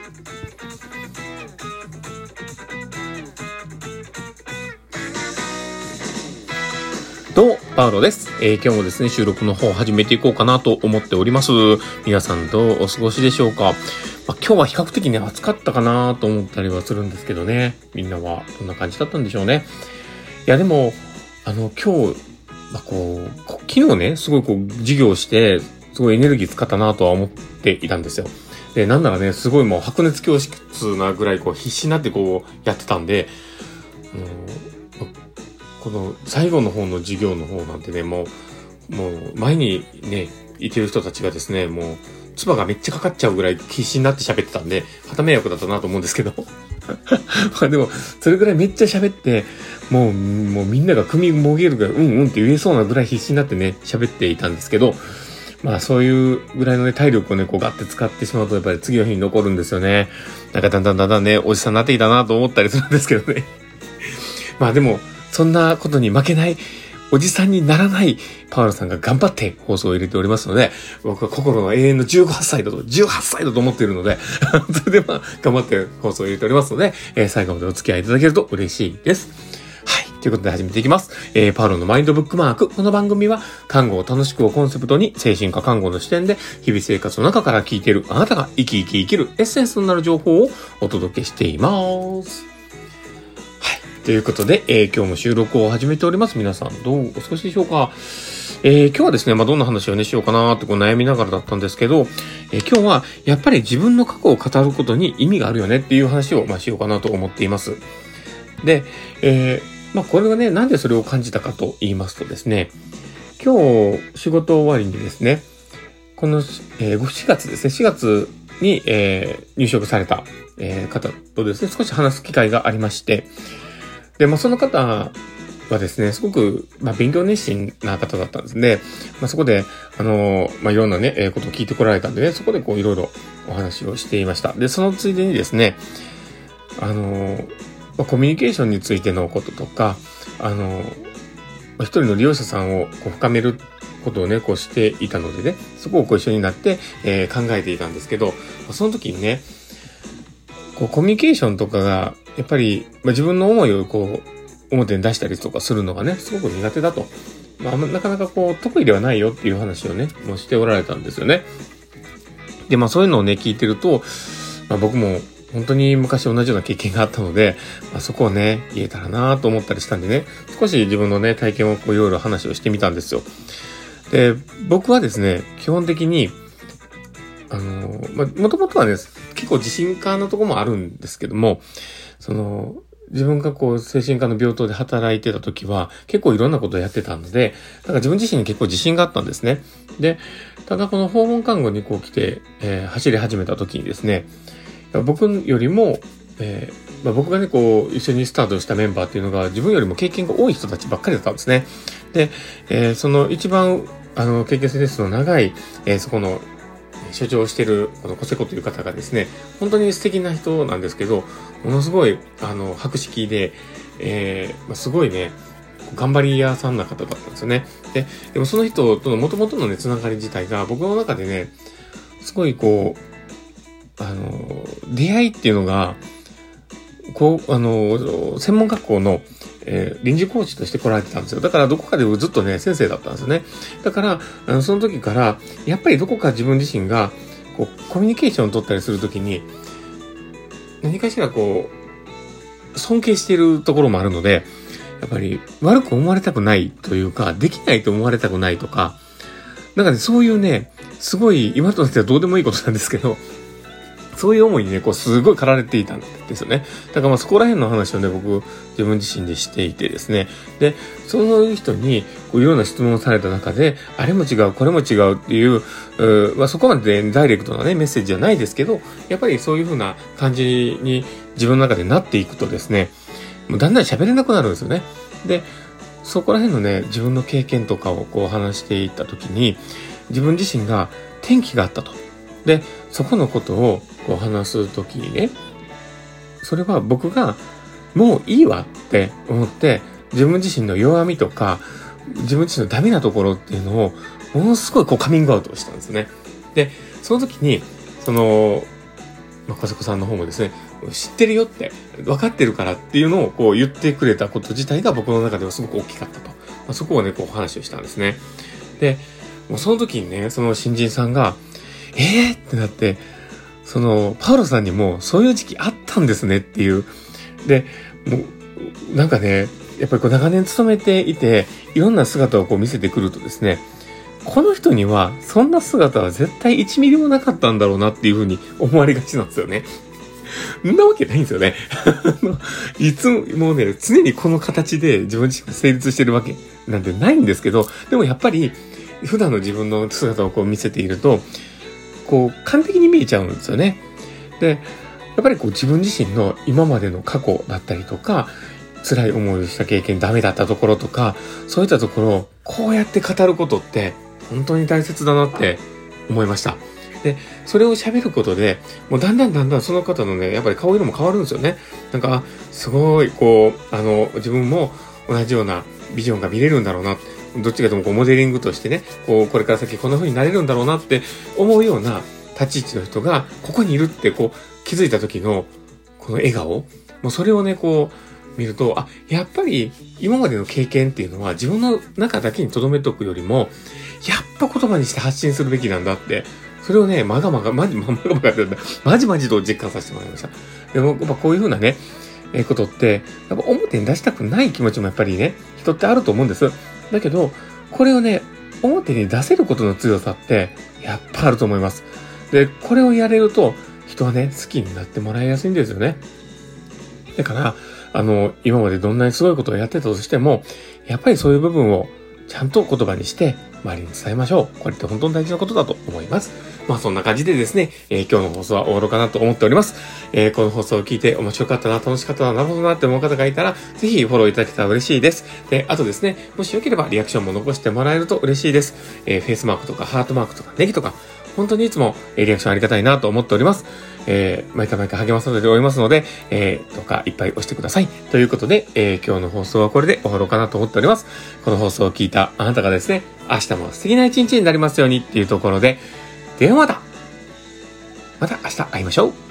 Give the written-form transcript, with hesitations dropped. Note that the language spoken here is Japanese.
どうもパウロです。今日もですね収録の方を始めていこうかなと思っております。皆さんどうお過ごしでしょうか。今日は比較的ね暑かったかなと思ったりはするんですけどね、みんなはどんな感じだったんでしょうね。いやでも今日、昨日ねすごい授業してすごいエネルギー使ったなとは思っていたんですよ。でなんならねすごいもう白熱教室なぐらい必死になってやってたんで、この最後の方の授業の方なんてね、もう前にね、いてる人たちがですね、もう、唾がめっちゃかかっちゃうぐらい必死になって喋ってたんで、旗迷惑だったなと思うんですけど。でも、それぐらいめっちゃ喋って、もうみんなが首もげるぐらい、うんって言えそうなぐらい必死になってね、喋っていたんですけど、そういうぐらいのね、体力をね、ガッて使ってしまうと、やっぱり次の日に残るんですよね。なんかだんだんね、おじさんになってきたなと思ったりするんですけどね。でも、そんなことに負けない、おじさんにならないパウロさんが頑張って放送を入れておりますので、僕は心の永遠の18歳だと思っているので、それで頑張って放送を入れておりますので、最後までお付き合いいただけると嬉しいです。はい。ということで始めていきます。パウロのマインドブックマーク。この番組は、看護を楽しくをコンセプトに、精神科看護の視点で、日々生活の中から聞いているあなたが生き生きるエッセンスになる情報をお届けしています。ということで、今日も収録を始めております。皆さんどうお過ごしでしょうか。今日はですね、どんな話をねしようかなって悩みながらだったんですけど、今日はやっぱり自分の過去を語ることに意味があるよねっていう話をしようかなと思っています。で、これはね、なんでそれを感じたかと言いますとですね、今日仕事終わりにですね、この、4月ですね、4月に、入職された、方とですね、少し話す機会がありまして、で、その方はですね、すごく、勉強熱心な方だったんですね。そこで、いろんなね、ことを聞いてこられたんでね、そこでいろいろお話をしていました。で、そのついでにですね、コミュニケーションについてのこととか、一人の利用者さんを深めることをね、していたのでね、そこを一緒になって、考えていたんですけど、その時にね、コミュニケーションとかが、やっぱり、自分の思いを表に出したりとかするのがね、すごく苦手だと。なかなか得意ではないよっていう話をね、もうしておられたんですよね。で、そういうのをね、聞いてると、僕も本当に昔同じような経験があったので、そこをね、言えたらなと思ったりしたんでね、少し自分のね、体験をいろいろ話をしてみたんですよ。で、僕はですね、基本的に、もともとはね、結構自信家のところもあるんですけども、自分が精神科の病棟で働いてた時は、結構いろんなことをやってたので、自分自身に結構自信があったんですね。で、ただこの訪問看護に来て、走り始めた時にですね、僕よりも、僕がね、一緒にスタートしたメンバーっていうのが、自分よりも経験が多い人たちばっかりだったんですね。で、その一番、経験性の長い、そこの、所長をしているコセコという方がですね、本当に素敵な人なんですけど、ものすごい博識で、すごいね頑張り屋さんな方だったんですよね。でもその人との元々のねつながり自体が僕の中でね、すごい出会いっていうのが専門学校の臨時コーチとして来られてたんですよ。だからどこかでずっとね、先生だったんですよね。だから、その時から、やっぱりどこか自分自身が、コミュニケーションを取ったりするときに、何かしら尊敬しているところもあるので、やっぱり悪く思われたくないというか、できないと思われたくないとか、そういうね、すごい、今となってはどうでもいいことなんですけど、そういう思いにね、すごい駆られていたんですよね。だからそこら辺の話をね、僕、自分自身でしていてですね。で、その人に、いろんな質問をされた中で、あれも違う、これも違うっていう、そこまで、ね、ダイレクトなね、メッセージじゃないですけど、やっぱりそういう風な感じに自分の中でなっていくとですね、もうだんだん喋れなくなるんですよね。で、そこら辺のね、自分の経験とかを話していった時に、自分自身が転機があったと。で、そこのことを話すときにね、それは僕がもういいわって思って、自分自身の弱みとか、自分自身のダメなところっていうのを、ものすごいカミングアウトしたんですね。で、その時に、 小瀬子さんの方もですね、知ってるよって、分かってるからっていうのをこう言ってくれたこと自体が僕の中ではすごく大きかったと。そこをね、こう話をしたんですね。で、もうその時にね、その新人さんが、ってなって、パウロさんにもそういう時期あったんですねっていう。で、もう、なんかね、やっぱりこう長年勤めていて、いろんな姿をこう見せてくるとですね、この人にはそんな姿は絶対1ミリもなかったんだろうなっていうふうに思われがちなんですよね。そんなわけないんですよね。いつもね、常にこの形で自分自身が成立してるわけなんてないんですけど、でもやっぱり普段の自分の姿をこう見せていると、こう完璧に見えちゃうんですよね。で、やっぱりこう自分自身の今までの過去だったりとか、辛い思いをした経験、ダメだったところとか、そういったところをこうやって語ることって本当に大切だなって思いました。で、それを喋ることで、もうだんだんその方のね、やっぱり顔色も変わるんですよね。なんか、すごい、こう、自分も同じようなビジョンが見れるんだろうな。どっちかともこうモデリングとしてね、これから先こんな風になれるんだろうなって思うような立ち位置の人が、ここにいるってこう気づいた時の、この笑顔、もうそれをね、こう、見ると、やっぱり今までの経験っていうのは自分の中だけに留めておくよりも、やっぱ言葉にして発信するべきなんだって、それをね、まじまじと実感させてもらいました。でも、やっぱこういう風なね、ことって、やっぱ表に出したくない気持ちもやっぱりね、人ってあると思うんです。だけど、これをね、表に出せることの強さって、やっぱあると思います。で、これをやれると、人はね、好きになってもらいやすいんですよね。だから、今までどんなにすごいことをやってたとしても、やっぱりそういう部分をちゃんと言葉にして周りに伝えましょう。これって本当に大事なことだと思います。そんな感じでですね、今日の放送は終わろうかなと思っております。この放送を聞いて面白かったな、楽しかったな、なるほどなって思う方がいたら、ぜひフォローいただけたら嬉しいです。で、あとですね、もしよければリアクションも残してもらえると嬉しいです。フェイスマークとかハートマークとかネギとか、本当にいつもリアクションありがたいなと思っております。毎回励まさせておりますので、どうかいっぱい押してください。ということで、今日の放送はこれで終わろうかなと思っております。この放送を聞いたあなたがですね、明日も素敵な一日になりますようにっていうところで、ではまた明日会いましょう。